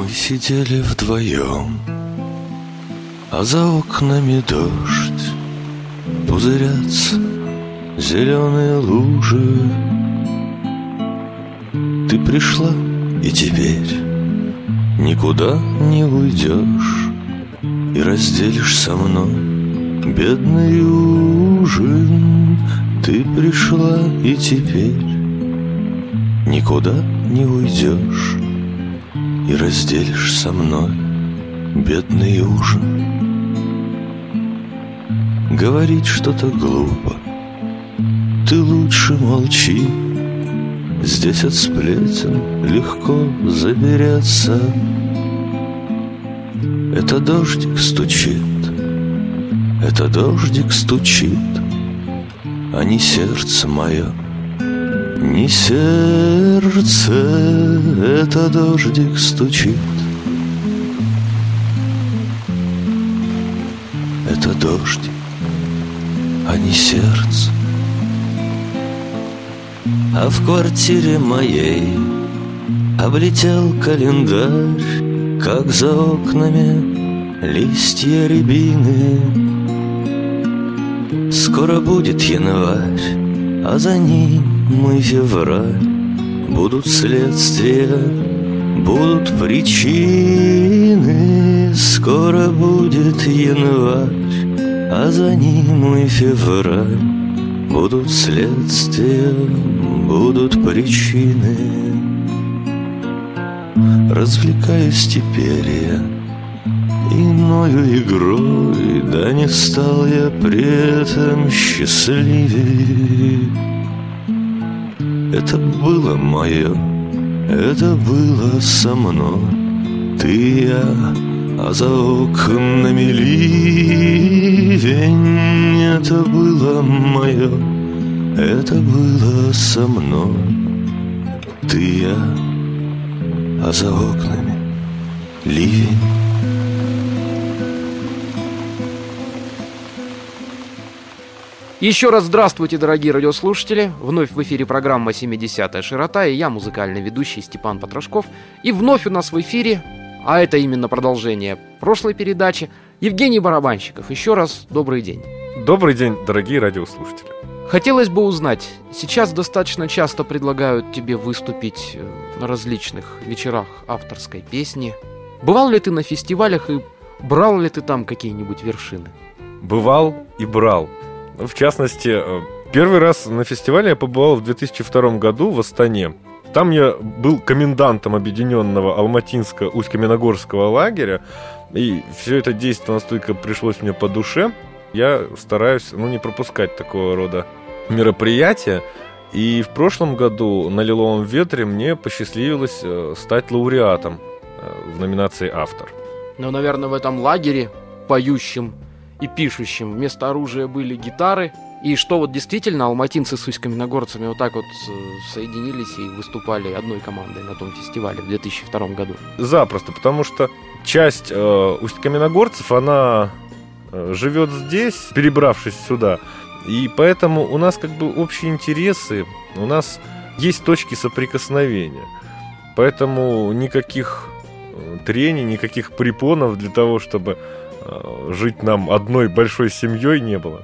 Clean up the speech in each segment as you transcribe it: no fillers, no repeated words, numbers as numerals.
Мы сидели вдвоем, а за окнами дождь. Пузырятся зеленые лужи. Ты пришла, и теперь никуда не уйдешь, и разделишь со мной бедный ужин. Ты пришла, и теперь никуда не уйдешь, и разделишь со мной бедный ужин. Говорить что-то глупо, ты лучше молчи. Здесь от сплетен легко забереться. Это дождик стучит, это дождик стучит, а не сердце мое. Не сердце, это дождик стучит. Это дождик, а не сердце. А в квартире моей облетел календарь, как за окнами листья рябины. Скоро будет январь, а за ним и февраль. Будут следствия, будут причины. Скоро будет январь, а за ним и февраль. Будут следствия, будут причины. Развлекаюсь теперь я иною игрой, да не стал я при этом счастливее. Это было мое, это было со мной. Ты и я, а за окнами ливень. Это было мое, это было со мной. Ты и я, а за окнами ливень. Еще раз здравствуйте, дорогие радиослушатели. Вновь в эфире программа «70-я широта», и я, музыкальный ведущий Степан Потрошков. И вновь у нас в эфире, а это именно продолжение прошлой передачи, Евгений Барабанщиков. Еще раз добрый день. Добрый день, дорогие радиослушатели. Хотелось бы узнать, сейчас достаточно часто предлагают тебе выступить на различных вечерах авторской песни. Бывал ли ты на фестивалях и брал ли ты там какие-нибудь вершины? Бывал и брал. В частности, первый раз на фестивале я побывал в 2002 году в Астане. Там я был комендантом объединенного Алматинско-Усть-Каменогорского лагеря. И все это действие настолько пришлось мне по душе. Я стараюсь не пропускать такого рода мероприятия. И в прошлом году на «Лиловом ветре» мне посчастливилось стать лауреатом в номинации «Автор». Ну, наверное, в этом лагере, поющим и пишущим, вместо оружия были гитары. И что вот действительно алматинцы с усть-каменогорцами вот так вот соединились и выступали одной командой на том фестивале в 2002 году? Запросто, потому что часть усть-каменогорцев, она живет здесь, перебравшись сюда. И поэтому у нас как бы общие интересы, у нас есть точки соприкосновения. Поэтому никаких трений, никаких препонов для того, чтобы жить нам одной большой семьей, не было.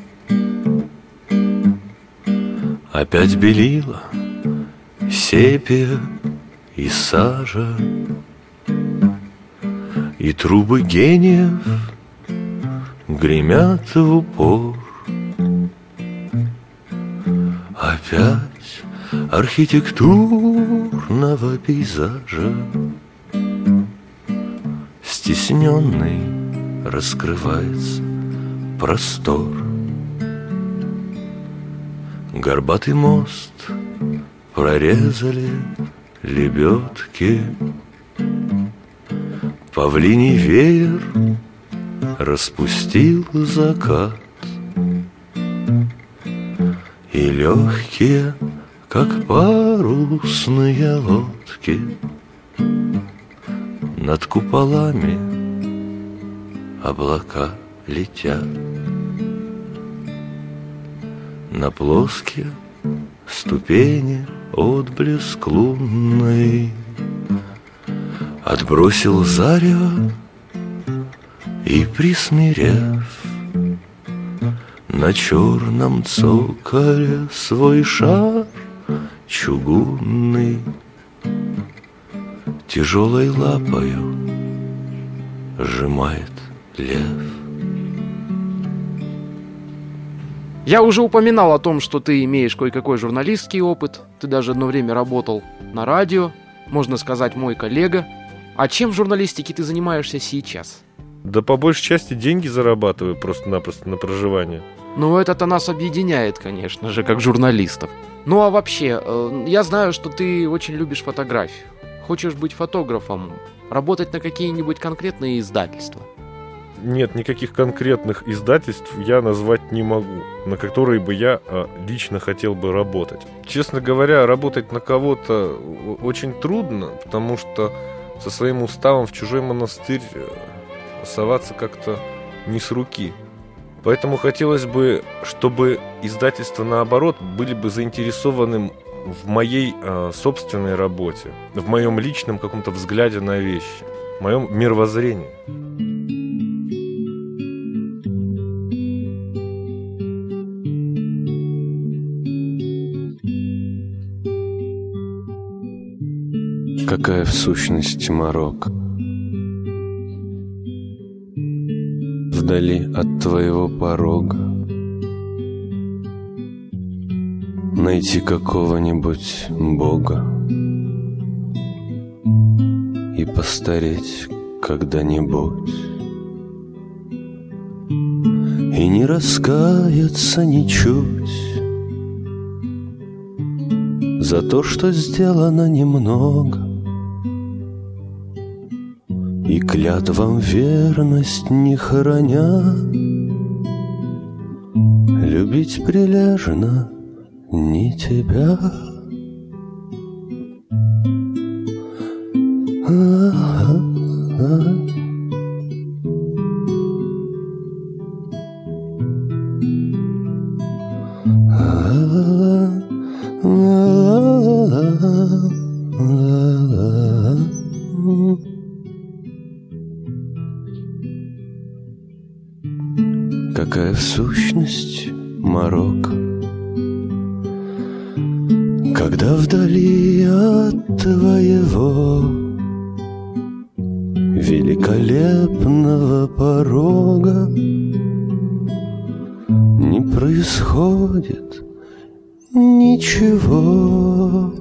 Опять белила, сепия и сажа, и трубы гениев гремят в упор. Опять архитектурного пейзажа стесненный раскрывается простор. Горбатый мост прорезали лебедки, павлиний веер распустил закат, и легкие, как парусные лодки, над куполами облака летят. На плоские ступени отблеск лунный, отбросил зарево и, присмирев, на черном цоколе свой шар чугунный тяжелой лапою сжимает лев. Я уже упоминал о том, что ты имеешь кое-какой журналистский опыт. Ты даже одно время работал на радио, можно сказать, мой коллега. А чем в журналистике ты занимаешься сейчас? Да по большей части деньги зарабатываю просто-напросто на проживание. Ну, это-то нас объединяет, конечно же, как журналистов. Ну, а вообще, я знаю, что ты очень любишь фотографию. Хочешь быть фотографом, работать на какие-нибудь конкретные издательства? Нет, никаких конкретных издательств я назвать не могу, на которые бы я лично хотел бы работать. Честно говоря, работать на кого-то очень трудно, потому что со своим уставом в чужой монастырь соваться как-то не с руки. Поэтому хотелось бы, чтобы издательства, наоборот, были бы заинтересованы в моей собственной работе, в моем личном каком-то взгляде на вещи, в моем мировоззрении. Какая в сущности Марокко? Вдали от твоего порога найти какого-нибудь бога и постареть когда-нибудь, и не раскаяться ничуть за то, что сделано немного, и клятвам верность не храня, любить прилежно не тебя. Какая в сущности Марокко, когда вдали от твоего великолепного порога не происходит ничего.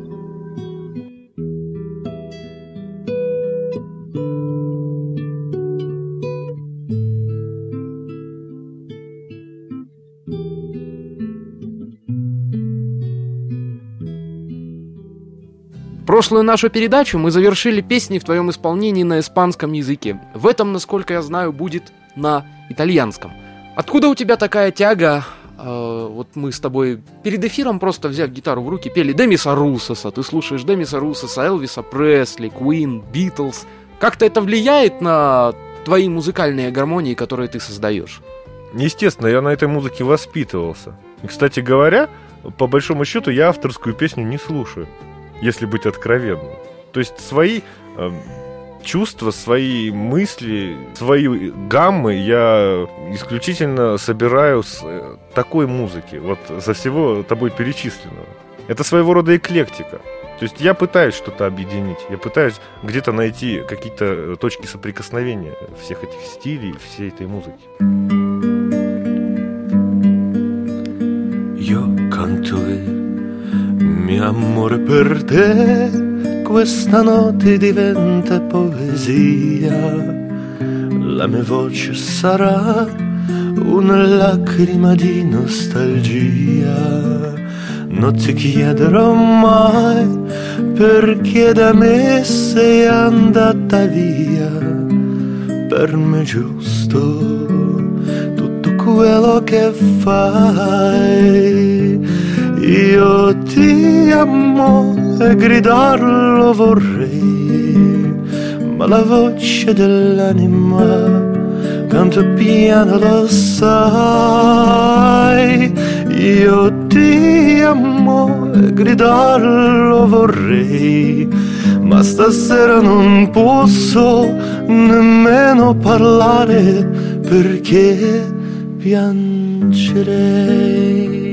Прошлую нашу передачу мы завершили песней в твоем исполнении на испанском языке. В этом, насколько я знаю, будет на итальянском. Откуда у тебя такая тяга? Вот мы с тобой перед эфиром, просто взяв гитару в руки, пели Демиса Руссоса. Ты слушаешь Демиса Руссоса, Элвиса Пресли, Queen, Beatles. Как-то это влияет на твои музыкальные гармонии, которые ты создаешь? Естественно, я на этой музыке воспитывался. И, кстати говоря, по большому счету, я авторскую песню не слушаю, если быть откровенным. То есть свои чувства, свои мысли, свои гаммы я исключительно собираю с такой музыки, вот со всего тобой перечисленного. Это своего рода эклектика. То есть я пытаюсь что-то объединить, я пытаюсь где-то найти какие-то точки соприкосновения всех этих стилей, всей этой музыки. Io canto mio amore per te, questa notte diventa poesia, la mia voce sarà una lacrima di nostalgia, non ti chiederò mai perché da me sei andata via, per me è giusto tutto quello che fai. Io ti amo e gridarlo vorrei, ma la voce dell'anima canta piano, lo sai. Io ti amo e gridarlo vorrei, ma stasera non posso nemmeno parlare perché piangerei.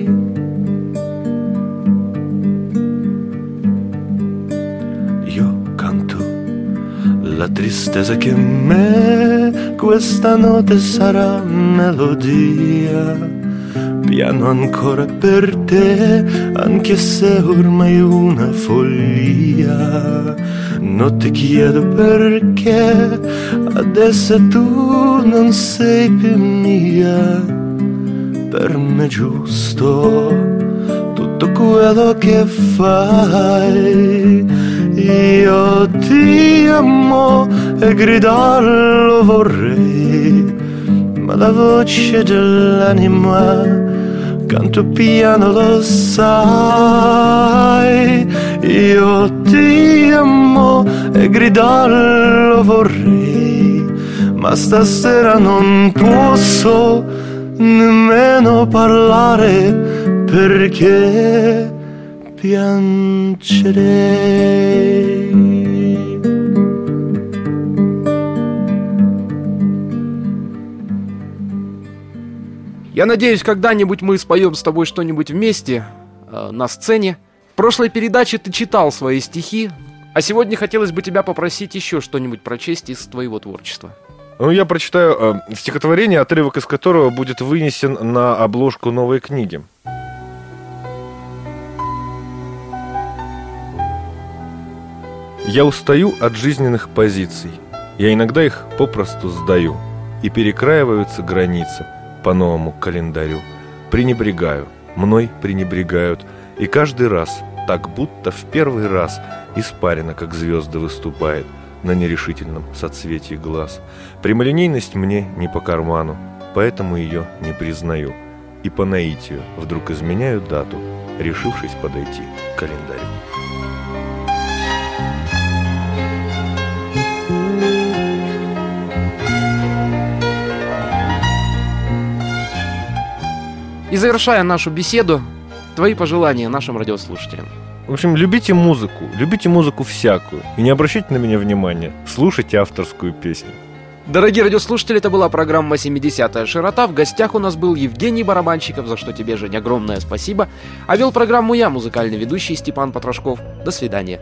Io canto la tristezza che in me questa notte sarà melodia. Piano ancora per te, anche se ormai è una follia. Non ti chiedo perché, adesso tu non sei più mia. Per me è giusto tutto quello che fai. Io ti amo e gridarlo vorrei, ma la voce dell'anima canto piano, lo sai. Io ti amo e gridarlo vorrei, ma stasera non posso nemmeno parlare perché piangerei. Я надеюсь, когда-нибудь мы споем с тобой что-нибудь вместе на сцене. В прошлой передаче ты читал свои стихи, а сегодня хотелось бы тебя попросить еще что-нибудь прочесть из твоего творчества. Ну, я прочитаю стихотворение, отрывок из которого будет вынесен на обложку новой книги. Я устаю от жизненных позиций. Я иногда их попросту сдаю, и перекраиваются границы по новому календарю. Пренебрегаю, мной пренебрегают, и каждый раз, так будто в первый раз, испарина, как звезды, выступает на нерешительном соцветии глаз. Прямолинейность мне не по карману, поэтому ее не признаю, и по наитию вдруг изменяю дату, решившись подойти к календарю. И завершая нашу беседу, твои пожелания нашим радиослушателям. В общем, любите музыку всякую. И не обращайте на меня внимания, слушайте авторскую песню. Дорогие радиослушатели, это была программа «70-я широта». В гостях у нас был Евгений Барабанщиков, за что тебе, Жень, огромное спасибо. А вел программу я, музыкальный ведущий Степан Потрошков. До свидания.